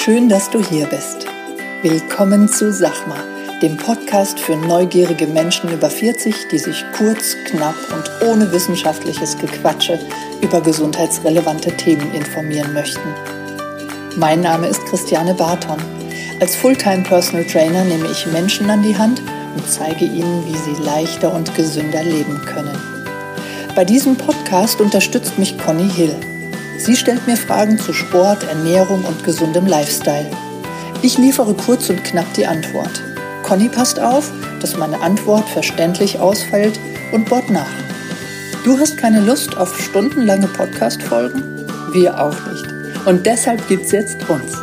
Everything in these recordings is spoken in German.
Schön, dass du hier bist. Willkommen zu Sachma, dem Podcast für neugierige Menschen über 40, die sich kurz, knapp und ohne wissenschaftliches Gequatsche über gesundheitsrelevante Themen informieren möchten. Mein Name ist Christiane Barton. Als Fulltime Personal Trainer nehme ich Menschen an die Hand und zeige ihnen, wie sie leichter und gesünder leben können. Bei diesem Podcast unterstützt mich Conny Hill. Sie stellt mir Fragen zu Sport, Ernährung und gesundem Lifestyle. Ich liefere kurz und knapp die Antwort. Conny passt auf, dass meine Antwort verständlich ausfällt und bohrt nach. Du hast keine Lust auf stundenlange Podcast-Folgen? Wir auch nicht. Und deshalb gibt's jetzt uns.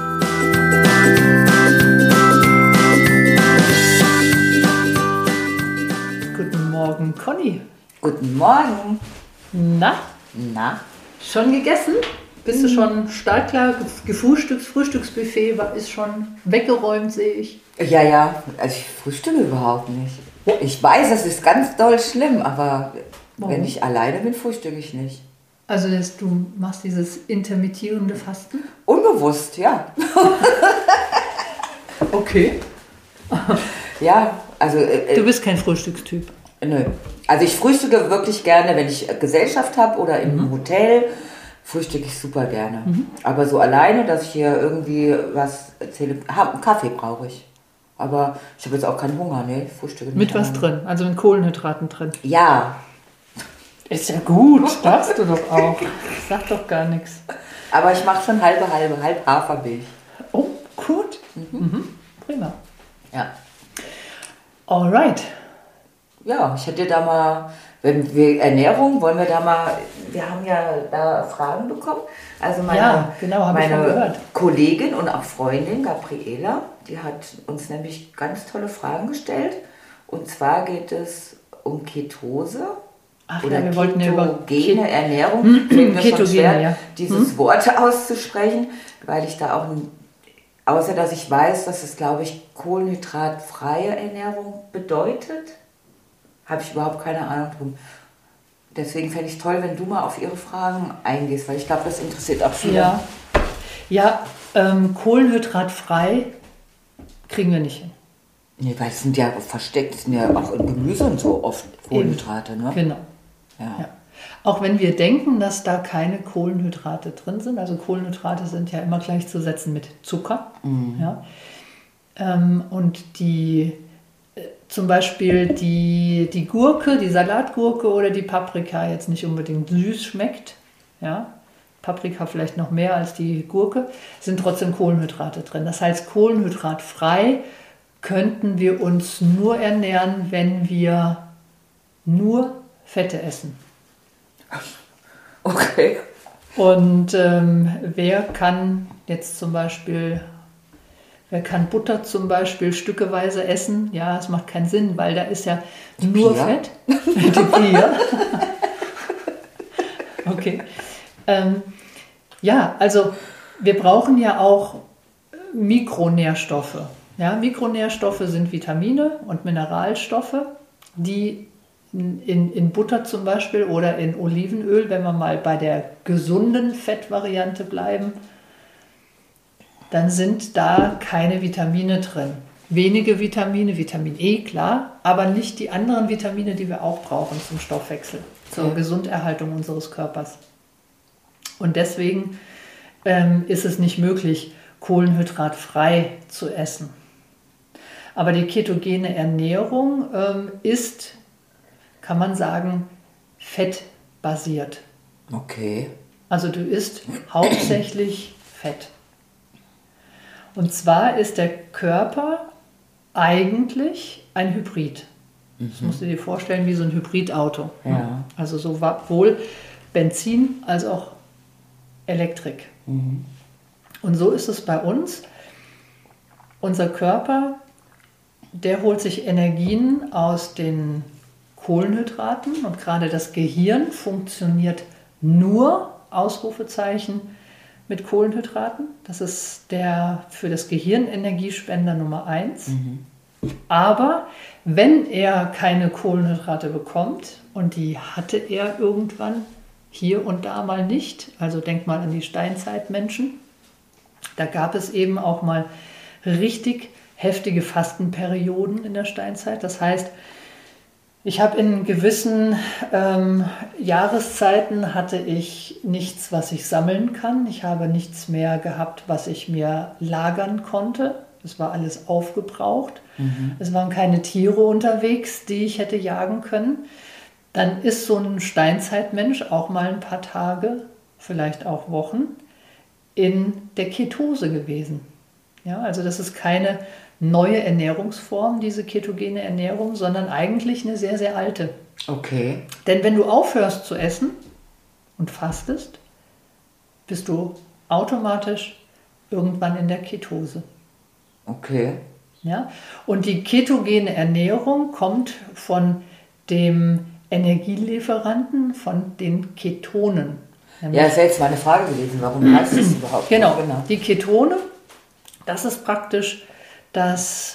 Guten Morgen, Conny. Guten Morgen. Na? Schon gegessen? Bist du schon startklar? Frühstücksbuffet ist schon weggeräumt, sehe ich. Ja, also ich frühstücke überhaupt nicht. Ich weiß, es ist ganz doll schlimm, aber wenn ich alleine bin, frühstücke ich nicht. Also du machst dieses intermittierende Fasten? Unbewusst, ja. Okay. Ja, also... du bist kein Frühstückstyp? Nö. Also ich frühstücke wirklich gerne, wenn ich Gesellschaft habe oder im Hotel, frühstücke ich super gerne. Aber so alleine, dass ich hier irgendwie was erzähle, einen Kaffee brauche ich. Aber ich habe jetzt auch keinen Hunger, ne? Frühstücke nicht. Mit was drin? Also mit Kohlenhydraten drin? Ja. Ist ja gut, darfst du doch auch. Sag doch gar nichts. Aber ich mache schon halb Hafermilch. Oh, gut. Prima. Ja. Alright. Ja, ich hätte da mal, wenn wir Ernährung, wollen wir da mal, wir haben ja da Fragen bekommen. Also meine Kollegin und auch Freundin Gabriela, die hat uns nämlich ganz tolle Fragen gestellt. Und zwar geht es um Ketose oder wir wollten ja über ketogene Ernährung. Fällt mir schon schwer, dieses Wort auszusprechen, weil ich da auch, außer dass ich weiß, dass es, glaube ich, kohlenhydratfreie Ernährung bedeutet, habe ich überhaupt keine Ahnung drum. Deswegen fände ich es toll, wenn du mal auf ihre Fragen eingehst, weil ich glaube, das interessiert auch viele. Ja, kohlenhydratfrei kriegen wir nicht hin. Nee, weil es sind ja versteckt, es sind ja auch in Gemüse und so oft Kohlenhydrate, ne? Genau. Ja. Auch wenn wir denken, dass da keine Kohlenhydrate drin sind, also Kohlenhydrate sind ja immer gleichzusetzen mit Zucker. Ja? Und zum Beispiel die Gurke, die Salatgurke oder die Paprika jetzt nicht unbedingt süß schmeckt, ja, Paprika vielleicht noch mehr als die Gurke, sind trotzdem Kohlenhydrate drin. Das heißt, kohlenhydratfrei könnten wir uns nur ernähren, wenn wir nur Fette essen. Okay. Und wer kann Butter zum Beispiel stückeweise essen? Ja, es macht keinen Sinn, weil da ist ja nur Fett. Die Pia. Okay. Also wir brauchen ja auch Mikronährstoffe. Ja, Mikronährstoffe sind Vitamine und Mineralstoffe, die in Butter zum Beispiel oder in Olivenöl, wenn wir mal bei der gesunden Fettvariante bleiben, dann sind da keine Vitamine drin. Wenige Vitamine, Vitamin E, klar, aber nicht die anderen Vitamine, die wir auch brauchen zum Stoffwechsel, zur Gesunderhaltung unseres Körpers. Und deswegen ist es nicht möglich, kohlenhydratfrei zu essen. Aber die ketogene Ernährung ist, kann man sagen, fettbasiert. Okay. Also du isst hauptsächlich Fett. Und zwar ist der Körper eigentlich ein Hybrid. Das musst du dir vorstellen wie so ein Hybridauto. Ja. Also sowohl Benzin als auch Elektrik. Und so ist es bei uns. Unser Körper, der holt sich Energien aus den Kohlenhydraten und gerade das Gehirn funktioniert nur, Ausrufezeichen, mit Kohlenhydraten. Das ist der für das Gehirn Energiespender Nummer 1. Aber wenn er keine Kohlenhydrate bekommt, und die hatte er irgendwann hier und da mal nicht, also denk mal an die Steinzeitmenschen, Da gab es eben auch mal richtig heftige Fastenperioden in der Steinzeit. Das heißt, ich habe in gewissen Jahreszeiten hatte ich nichts, was ich sammeln kann. Ich habe nichts mehr gehabt, was ich mir lagern konnte. Es war alles aufgebraucht. Es waren keine Tiere unterwegs, die ich hätte jagen können. Dann ist so ein Steinzeitmensch auch mal ein paar Tage, vielleicht auch Wochen, in der Ketose gewesen. Ja, also das ist keine neue Ernährungsform, diese ketogene Ernährung, sondern eigentlich eine sehr, sehr alte. Okay. Denn wenn du aufhörst zu essen und fastest, bist du automatisch irgendwann in der Ketose. Okay. Ja? Und die ketogene Ernährung kommt von dem Energielieferanten, von den Ketonen. Ja, das wäre jetzt meine Frage gewesen, warum heißt das überhaupt? Genau, die Ketone, das ist praktisch der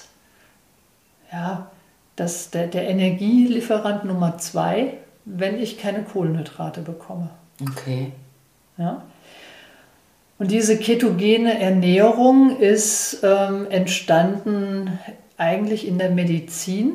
Energielieferant Nummer 2, wenn ich keine Kohlenhydrate bekomme. Okay. Ja? Und diese ketogene Ernährung ist entstanden eigentlich in der Medizin.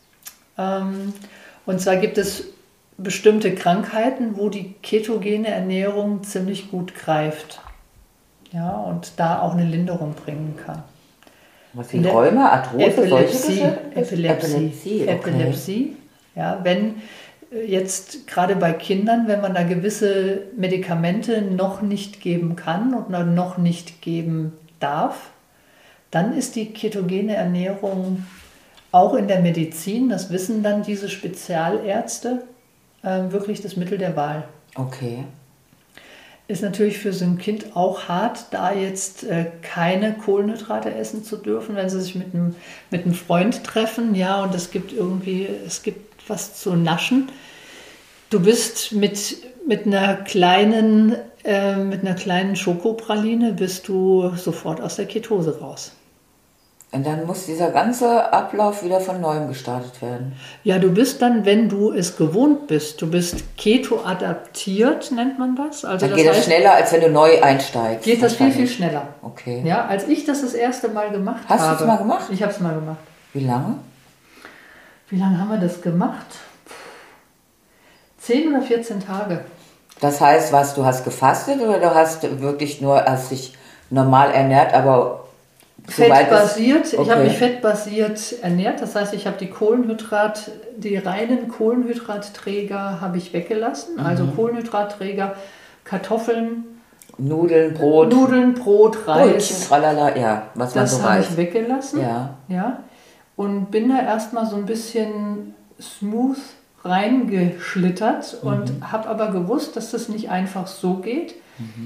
Und zwar gibt es bestimmte Krankheiten, wo die ketogene Ernährung ziemlich gut greift. Ja, und da auch eine Linderung bringen kann. Was wie Rheuma, Arthrose, Epilepsie. Epilepsie. Ja, wenn jetzt gerade bei Kindern, wenn man da gewisse Medikamente noch nicht geben kann und noch nicht geben darf, dann ist die ketogene Ernährung auch in der Medizin, das wissen dann diese Spezialärzte, wirklich das Mittel der Wahl. Okay. Ist natürlich für so ein Kind auch hart, da jetzt keine Kohlenhydrate essen zu dürfen, wenn sie sich mit einem Freund treffen, ja, und es gibt was zu naschen. Du bist mit einer kleinen Schokopraline bist du sofort aus der Ketose raus. Und dann muss dieser ganze Ablauf wieder von neuem gestartet werden. Ja, du bist dann, wenn du es gewohnt bist, du bist keto-adaptiert, nennt man das. Also dann geht das schneller, als wenn du neu einsteigst. Geht das viel, viel schneller. Okay. Ja, als ich das erste Mal gemacht habe. Hast du es mal gemacht? Ich habe es mal gemacht. Wie lange? Wie lange haben wir das gemacht? 10 oder 14 Tage. Das heißt, du hast gefastet oder du hast dich normal ernährt, aber fettbasiert. Okay. Ich habe mich fettbasiert ernährt. Das heißt, ich habe die reinen Kohlenhydratträger habe ich weggelassen. Also Kohlenhydratträger, Kartoffeln, Nudeln, Brot, Reis. Brötchen, tralala, ja, was man so weiß. Das habe ich weggelassen. Ja. Und bin da erstmal so ein bisschen smooth reingeschlittert und habe aber gewusst, dass das nicht einfach so geht.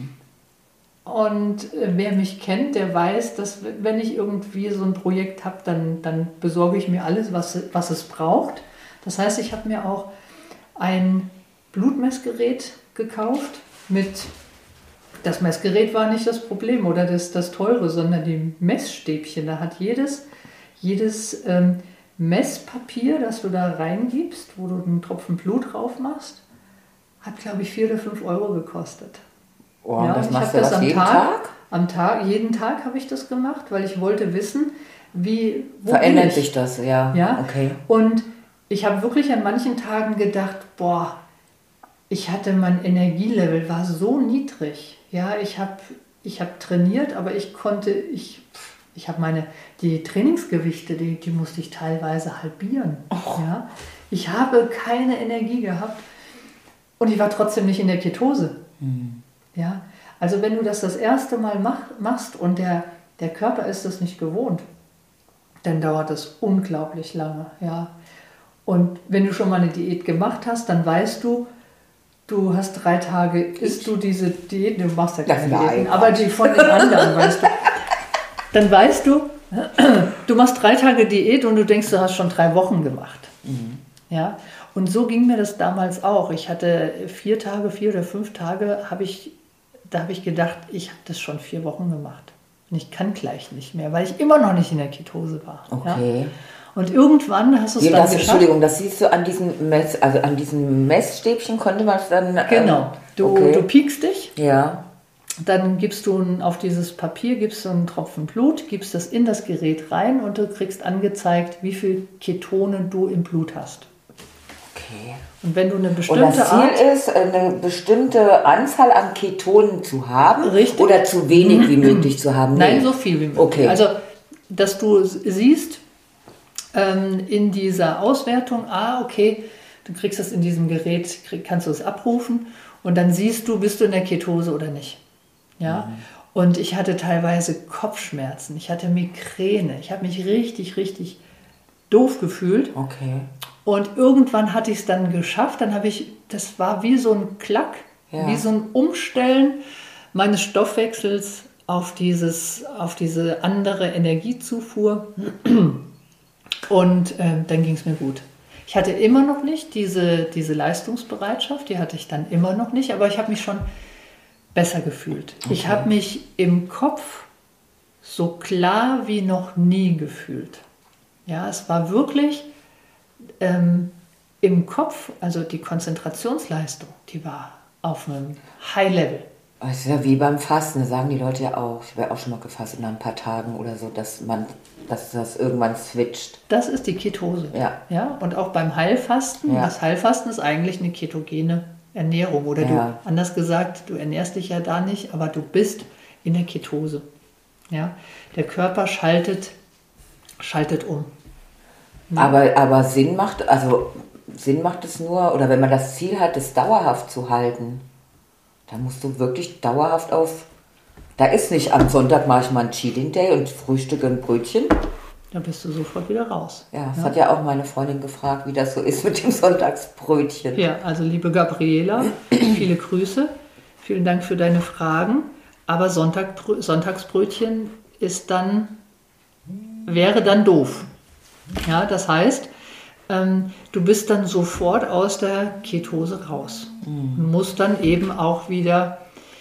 Und wer mich kennt, der weiß, dass wenn ich irgendwie so ein Projekt habe, dann besorge ich mir alles, was es braucht. Das heißt, ich habe mir auch ein Blutmessgerät gekauft. Das Messgerät war nicht das Problem oder das Teure, sondern die Messstäbchen. Da hat jedes Messpapier, das du da reingibst, wo du einen Tropfen Blut drauf machst, hat, glaube ich, 4 oder 5 Euro gekostet. Oh, ja, das machst du das jeden Tag? Jeden Tag habe ich das gemacht, weil ich wollte wissen, wo verändert sich das, ja. Okay. Und ich habe wirklich an manchen Tagen gedacht, mein Energielevel war so niedrig. Ja, ich habe trainiert, aber ich habe die Trainingsgewichte, die musste ich teilweise halbieren. Ja. Ich habe keine Energie gehabt und ich war trotzdem nicht in der Ketose. Ja, also wenn du das erste Mal machst und der Körper ist das nicht gewohnt, dann dauert das unglaublich lange. Ja. Und wenn du schon mal eine Diät gemacht hast, dann weißt du hast 3 Tage, isst du diese Diät, du machst ja keine Diäten, aber die von den anderen, weißt du. Dann weißt du machst 3 Tage Diät und du denkst, du hast schon 3 Wochen gemacht. Ja. Und so ging mir das damals auch. Ich hatte 4 oder 5 Tage, da habe ich gedacht, ich habe das schon 4 Wochen gemacht. Und ich kann gleich nicht mehr, weil ich immer noch nicht in der Ketose war. Okay. Ja? Und irgendwann hast du es dann geschafft. Entschuldigung, das siehst du an diesem Messstäbchen konnte man es dann... Genau. Du piekst dich. Ja. dann gibst du auf dieses Papier einen Tropfen Blut, gibst das in das Gerät rein und du kriegst angezeigt, wie viel Ketone du im Blut hast. Okay. Und wenn du eine bestimmte und das Ziel ist, eine bestimmte Anzahl an Ketonen zu haben. Richtig. Oder zu wenig wie möglich zu haben? Nein, so viel wie möglich. Okay. Also, dass du siehst in dieser Auswertung, okay, du kriegst das in diesem Gerät, kannst du es abrufen und dann siehst du, bist du in der Ketose oder nicht. Ja? Und ich hatte teilweise Kopfschmerzen, ich hatte Migräne, ich habe mich richtig, richtig doof gefühlt. Okay. Und irgendwann hatte ich es dann geschafft, das war wie so ein Klack, wie so ein Umstellen meines Stoffwechsels auf diese andere Energiezufuhr. Und dann ging es mir gut. Ich hatte immer noch nicht diese Leistungsbereitschaft, die hatte ich dann immer noch nicht, aber ich habe mich schon besser gefühlt. Okay. Ich habe mich im Kopf so klar wie noch nie gefühlt. Ja, es war wirklich im Kopf, also die Konzentrationsleistung, die war auf einem High-Level. Das ist ja wie beim Fasten, das sagen die Leute ja auch. Ich habe ja auch schon mal gefastet nach ein paar Tagen oder so, dass das irgendwann switcht. Das ist die Ketose. Ja. Und auch beim Heilfasten, das Heilfasten ist eigentlich eine ketogene Ernährung. Oder du, anders gesagt, du ernährst dich ja da nicht, aber du bist in der Ketose. Ja? Der Körper schaltet um. Ja. Aber Sinn macht es nur, oder wenn man das Ziel hat, das dauerhaft zu halten, da musst du wirklich dauerhaft da ist nicht am Sonntag mache ich mal einen Cheating Day und frühstücke ein Brötchen. Da bist du sofort wieder raus. Ja, das hat ja auch meine Freundin gefragt, wie das so ist mit dem Sonntagsbrötchen. Ja, also liebe Gabriela, viele Grüße, vielen Dank für deine Fragen, aber Sonntagsbrötchen wäre dann doof. Ja, das heißt, du bist dann sofort aus der Ketose raus. Du musst dann eben auch wieder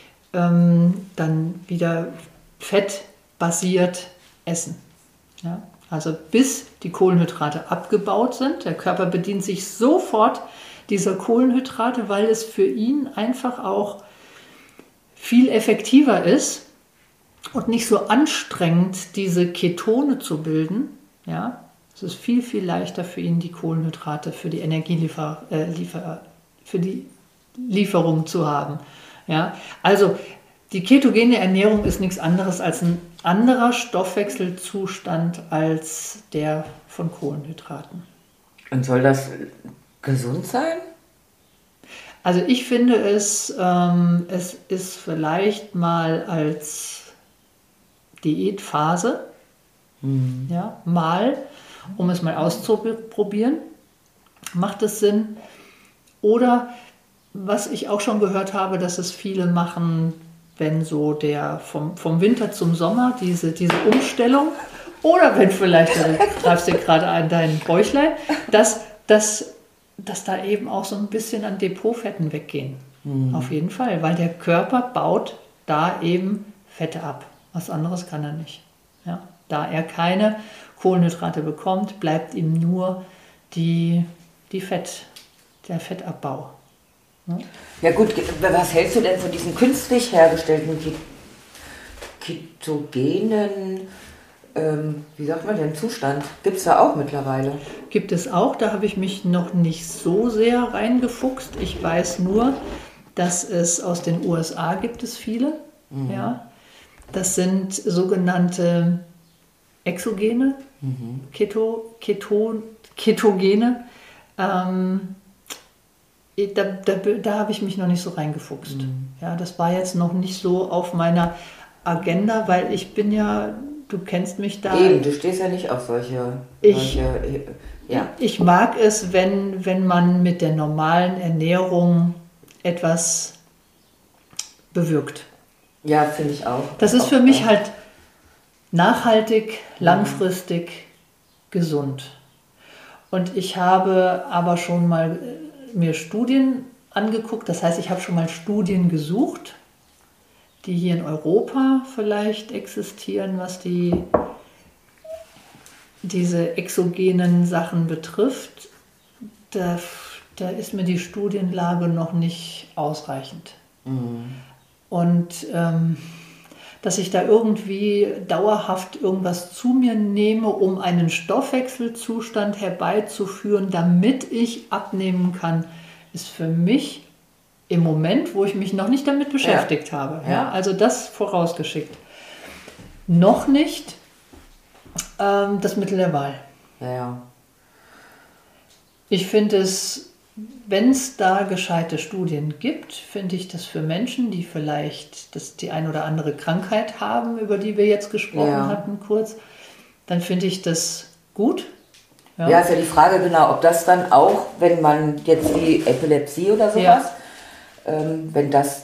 fettbasiert essen. Ja? Also bis die Kohlenhydrate abgebaut sind. Der Körper bedient sich sofort dieser Kohlenhydrate, weil es für ihn einfach auch viel effektiver ist und nicht so anstrengend, diese Ketone zu bilden. Ja? Es ist viel, viel leichter für ihn, die Kohlenhydrate für die für die Lieferung zu haben. Ja? Also die ketogene Ernährung ist nichts anderes als ein anderer Stoffwechselzustand als der von Kohlenhydraten. Und soll das gesund sein? Also ich finde es ist vielleicht mal als Diätphase, ja, um es mal auszuprobieren, macht es Sinn. Oder was ich auch schon gehört habe, dass es viele machen, wenn so vom Winter zum Sommer diese Umstellung, oder wenn vielleicht, du greifst dir gerade an deinen Bäuchlein, dass da eben auch so ein bisschen an Depotfetten weggehen. Auf jeden Fall, weil der Körper baut da eben Fette ab. Was anderes kann er nicht. Ja? Da er keine Kohlenhydrate bekommt, bleibt ihm nur der Fettabbau. Ja gut, was hältst du denn von diesen künstlich hergestellten ketogenen, wie sagt man denn, Zustand? Gibt es da auch mittlerweile? Gibt es auch, da habe ich mich noch nicht so sehr reingefuchst. Ich weiß nur, dass es aus den USA gibt es viele. Ja? Das sind sogenannte Exogene, Ketogene. Da habe ich mich noch nicht so reingefuchst. Ja, das war jetzt noch nicht so auf meiner Agenda, weil ich bin ja, du kennst mich da. Eben, du stehst ja nicht auf solche. Ich mag es, wenn man mit der normalen Ernährung etwas bewirkt. Ja, finde ich auch. Das ist für mich halt nachhaltig, langfristig, gesund. Und ich habe aber schon mal mir Studien angeguckt, das heißt, ich habe schon mal Studien gesucht, die hier in Europa vielleicht existieren, was diese exogenen Sachen betrifft. Da ist mir die Studienlage noch nicht ausreichend. Und dass ich da irgendwie dauerhaft irgendwas zu mir nehme, um einen Stoffwechselzustand herbeizuführen, damit ich abnehmen kann, ist für mich im Moment, wo ich mich noch nicht damit beschäftigt habe. Ja? Also das vorausgeschickt. Noch nicht das Mittel der Wahl. Ja. Ich finde es, wenn es da gescheite Studien gibt, finde ich das für Menschen, die vielleicht die ein oder andere Krankheit haben, über die wir jetzt gesprochen hatten kurz, dann finde ich das gut. Ja, ist ja die Frage genau, ob das dann auch, wenn man jetzt wie Epilepsie oder sowas, wenn das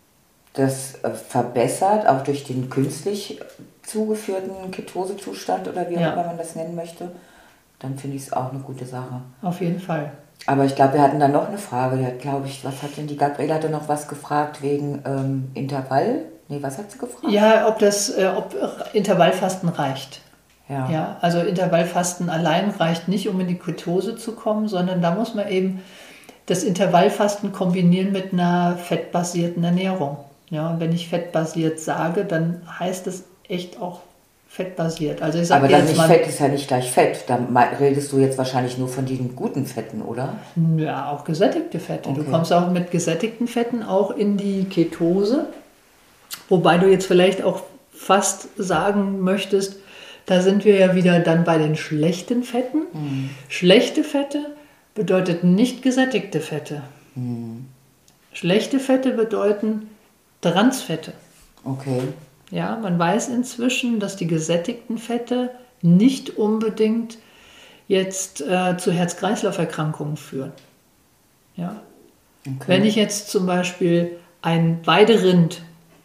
verbessert, auch durch den künstlich zugeführten Ketosezustand oder wie auch immer man das nennen möchte, dann finde ich es auch eine gute Sache. Auf jeden Fall. Aber ich glaube, wir hatten da noch eine Frage. Die hat, glaube ich, was hat denn die Gabriele hatte noch was gefragt wegen Intervall? Nee, was hat sie gefragt? Ja, ob Intervallfasten reicht. Ja, also Intervallfasten allein reicht nicht, um in die Ketose zu kommen, sondern da muss man eben das Intervallfasten kombinieren mit einer fettbasierten Ernährung. Ja, und wenn ich fettbasiert sage, dann heißt es echt auch fettbasiert. Also ich sage aber dann nicht Fett ist ja nicht gleich Fett. Da redest du jetzt wahrscheinlich nur von den guten Fetten, oder? Ja, auch gesättigte Fette. Okay. Du kommst auch mit gesättigten Fetten auch in die Ketose. Wobei du jetzt vielleicht auch fast sagen möchtest, da sind wir ja wieder dann bei den schlechten Fetten. Mhm. Schlechte Fette bedeutet nicht gesättigte Fette. Mhm. Schlechte Fette bedeuten Transfette. Okay. Ja, man weiß inzwischen, dass die gesättigten Fette nicht unbedingt jetzt zu Herz-Kreislauf-Erkrankungen führen. Ja. Okay. Wenn ich jetzt zum Beispiel ein Weiderind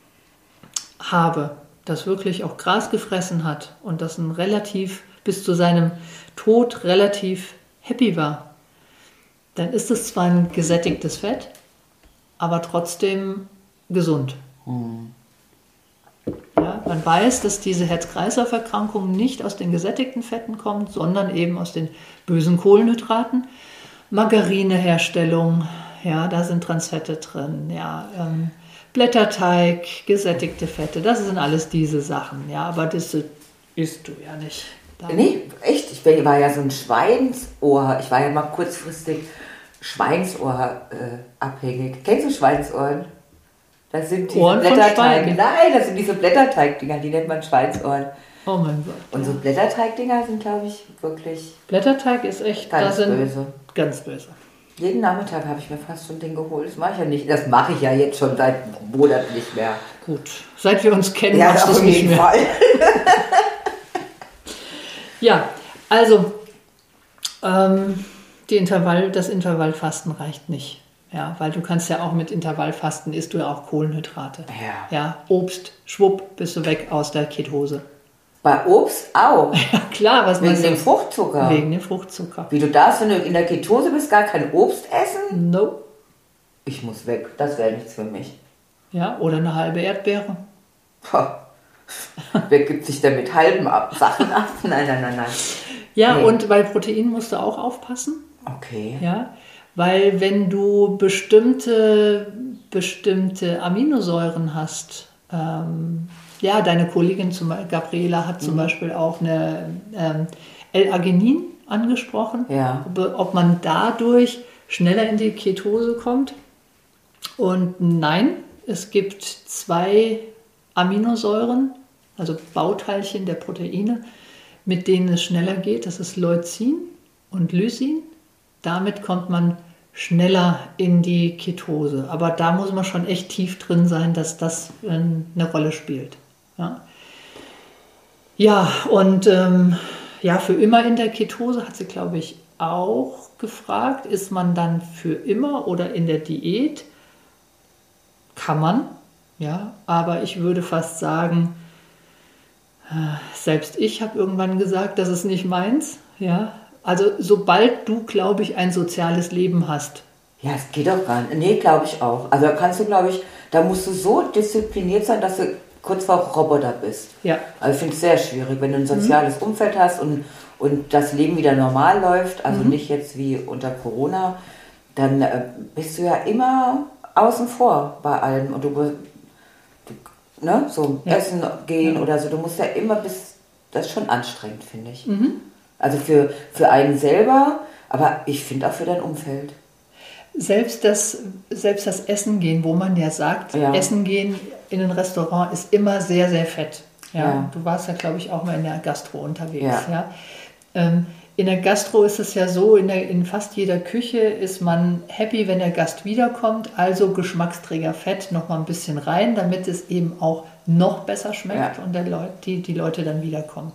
habe, das wirklich auch Gras gefressen hat und das bis zu seinem Tod relativ happy war, dann ist es zwar ein gesättigtes Fett, aber trotzdem gesund. Mhm. Ja, man weiß, dass diese Herz-Kreislauf-Erkrankung nicht aus den gesättigten Fetten kommt, sondern eben aus den bösen Kohlenhydraten. Margarineherstellung, ja, da sind Transfette drin, ja, Blätterteig, gesättigte Fette, das sind alles diese Sachen, ja, aber das isst du ja nicht. Nee, echt, ich war ja so ein Schweinsohr, ich war ja mal kurzfristig Schweinsohr abhängig. Kennst du Schweinsohren? Das sind diese Blätterteig. Nein, das sind diese Blätterteigdinger, die nennt man Schweinsohren. Oh mein Gott. Und so Blätterteigdinger sind, glaube ich, wirklich... Blätterteig ist echt ganz böse. Ganz böse. Jeden Nachmittag habe ich mir fast so ein Ding geholt. Das mache ich ja nicht. Das mache ich ja jetzt schon seit Monaten nicht mehr. Gut. Seit wir uns kennen, machst du es nicht mehr. Fall. Ja, also das Intervallfasten reicht nicht. Ja, weil du kannst ja auch mit Intervallfasten isst du ja auch Kohlenhydrate. Ja, Obst, schwupp, bist du weg aus der Ketose. Bei Obst auch? Ja, klar. Wegen dem Fruchtzucker? Wegen dem Fruchtzucker. Wie, du darfst, wenn du in der Ketose bist, gar kein Obst essen? No. Ich muss weg, das wäre nichts für mich. Ja, oder eine halbe Erdbeere. Wer gibt sich denn mit halben Sachen ab? Nein. Ja, nee. Und bei Protein musst du auch aufpassen. Okay. Ja, weil wenn du bestimmte Aminosäuren hast, deine Kollegin Gabriela hat zum Beispiel auch eine L-Arginin angesprochen, ob man dadurch schneller in die Ketose kommt. Und nein, es gibt 2 Aminosäuren, also Bauteilchen der Proteine, mit denen es schneller geht. Das ist Leucin und Lysin. Damit kommt man schneller in die Ketose. Aber da muss man schon echt tief drin sein, dass das eine Rolle spielt. Ja, und für immer in der Ketose hat sie, glaube ich, auch gefragt. Ist man dann für immer oder in der Diät? Kann man, ja, aber ich würde fast sagen, selbst ich habe irgendwann gesagt, das ist nicht meins, ja. Also sobald du, glaube ich, ein soziales Leben hast. Ja, es geht doch gar nicht. Nee, glaube ich auch. Also da kannst du, glaube ich, da musst du so diszipliniert sein, dass du kurz vor Roboter bist. Ja. Also ich finde es sehr schwierig, wenn du ein soziales Umfeld hast und das Leben wieder normal läuft, also nicht jetzt wie unter Corona, dann bist du ja immer außen vor bei allem und du ne, so essen gehen oder so. Du musst ja immer das ist schon anstrengend, finde ich. Also für einen selber, aber ich finde auch für dein Umfeld. Selbst das Essen gehen, wo man ja sagt, Essen gehen in ein Restaurant ist immer sehr, sehr fett. Ja? Du warst ja, glaube ich, auch mal in der Gastro unterwegs. Ja? In der Gastro ist es ja so, in fast jeder Küche ist man happy, wenn der Gast wiederkommt, also Geschmacksträger Fett noch mal ein bisschen rein, damit es eben auch noch besser schmeckt und die Leute dann wiederkommen.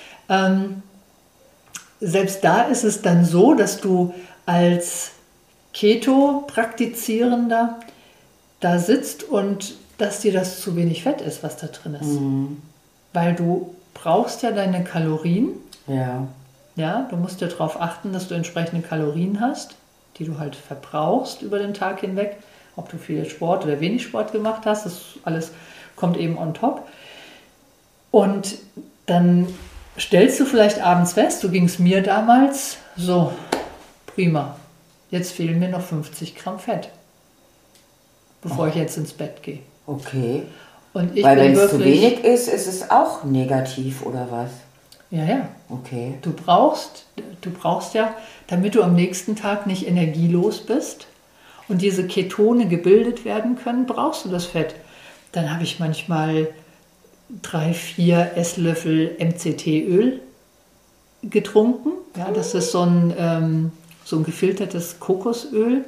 Selbst da ist es dann so, dass du als Keto-Praktizierender da sitzt und dass dir das zu wenig Fett ist, was da drin ist. Weil du brauchst ja deine Kalorien. Ja, du musst ja darauf achten, dass du entsprechende Kalorien hast, die du halt verbrauchst über den Tag hinweg. Ob du viel Sport oder wenig Sport gemacht hast, das alles kommt eben on top. Und dann stellst du vielleicht abends fest, so ging es mir damals, so, prima, jetzt fehlen mir noch 50 Gramm Fett, bevor ich jetzt ins Bett gehe. Okay. Und ich Weil wenn es zu wenig ist es auch negativ, oder was? Ja. Okay. Du brauchst ja, damit du am nächsten Tag nicht energielos bist und diese Ketone gebildet werden können, brauchst du das Fett. Dann habe ich manchmal 3-4 Esslöffel MCT-Öl getrunken. Ja, das ist so ein gefiltertes Kokosöl.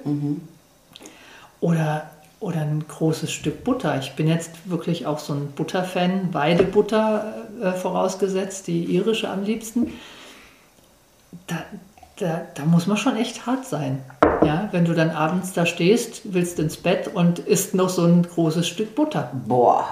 Oder ein großes Stück Butter. Ich bin jetzt wirklich auch so ein Butterfan, Weidebutter vorausgesetzt, die irische am liebsten. Da muss man schon echt hart sein. Ja, wenn du dann abends da stehst, willst ins Bett und isst noch so ein großes Stück Butter. Boah.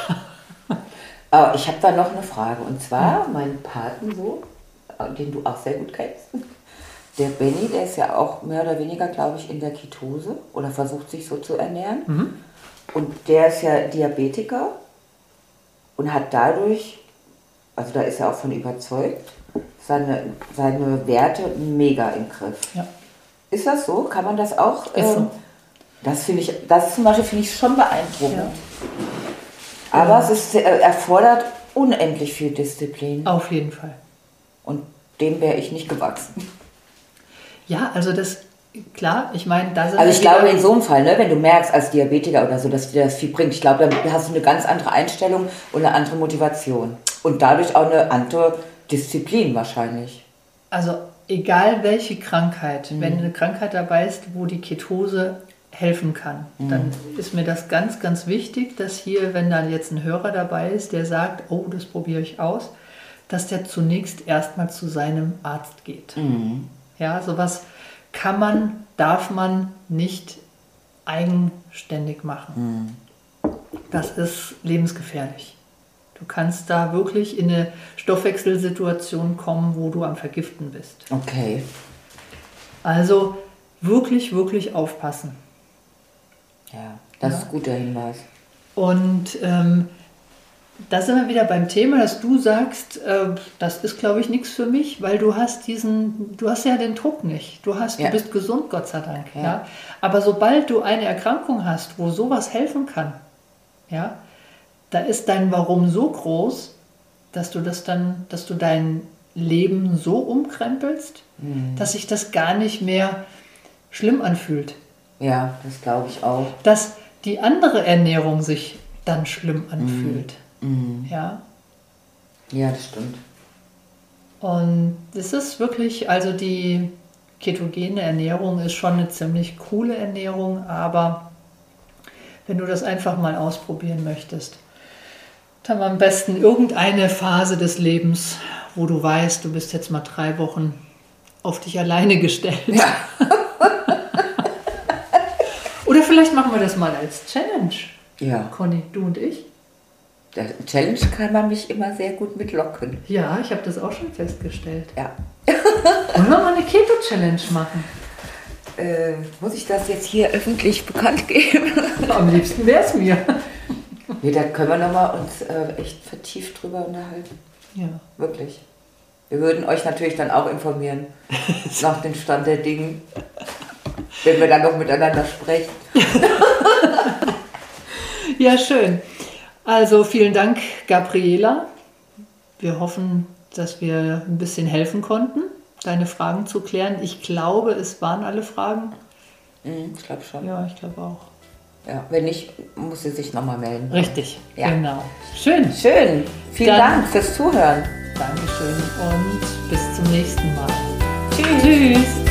Aber ich habe da noch eine Frage. Und zwar mein Patensohn, den du auch sehr gut kennst, der Benny, der ist ja auch mehr oder weniger, glaube ich, in der Ketose oder versucht sich so zu ernähren. Und der ist ja Diabetiker und hat dadurch, also da ist er auch von überzeugt, seine Werte mega im Griff. Ja. Ist das so? Kann man das auch? So. Das zum Beispiel finde ich schon beeindruckend. Ja. Aber es erfordert unendlich viel Disziplin. Auf jeden Fall. Und dem wäre ich nicht gewachsen. Ja, also das, klar, ich meine, da sind... Also ich glaube in so einem Fall, ne, wenn du merkst als Diabetiker oder so, dass dir das viel bringt, ich glaube, dann hast du eine ganz andere Einstellung und eine andere Motivation. Und dadurch auch eine andere Disziplin wahrscheinlich. Also egal welche Krankheit, wenn eine Krankheit dabei ist, wo die Ketose helfen kann, dann ist mir das ganz, ganz wichtig, dass hier, wenn dann jetzt ein Hörer dabei ist, der sagt, oh, das probiere ich aus, dass der zunächst erstmal zu seinem Arzt geht. Ja, sowas darf man nicht eigenständig machen. Das ist lebensgefährlich. Du kannst da wirklich in eine Stoffwechselsituation kommen, wo du am Vergiften bist. Okay. Also wirklich, wirklich aufpassen. Ja, das ist ein guter Hinweis. Und da sind wir wieder beim Thema, dass du sagst, das ist, glaube ich, nichts für mich, weil du hast ja den Druck nicht. Du bist gesund, Gott sei Dank. Ja. Aber sobald du eine Erkrankung hast, wo sowas helfen kann, ja, da ist dein Warum so groß, dass du dein Leben so umkrempelst, dass sich das gar nicht mehr schlimm anfühlt. Ja, das glaube ich auch. Dass die andere Ernährung sich dann schlimm anfühlt. Ja. Ja, das stimmt. Und das ist wirklich, also die ketogene Ernährung ist schon eine ziemlich coole Ernährung, aber wenn du das einfach mal ausprobieren möchtest, dann am besten irgendeine Phase des Lebens, wo du weißt, du bist jetzt mal 3 Wochen auf dich alleine gestellt. Ja. Oder vielleicht machen wir das mal als Challenge. Ja. Conny, du und ich. Der Challenge kann man mich immer sehr gut mitlocken. Ja, ich habe das auch schon festgestellt. Ja. Wollen wir mal eine Keto-Challenge machen? Muss ich das jetzt hier öffentlich bekannt geben? Am liebsten wäre es mir. Nee, da können wir nochmal uns echt vertieft drüber unterhalten. Ja. Wirklich. Wir würden euch natürlich dann auch informieren nach dem Stand der Dinge, wenn wir dann noch miteinander sprechen. Ja, schön. Also vielen Dank, Gabriela. Wir hoffen, dass wir ein bisschen helfen konnten, deine Fragen zu klären. Ich glaube, es waren alle Fragen. Ich glaube schon. Ja, ich glaube auch. Ja, wenn nicht, muss sie sich nochmal melden. Richtig, ja. Genau. Schön. Schön. Vielen Dank fürs Zuhören. Dankeschön und bis zum nächsten Mal. Tschüss. Tschüss.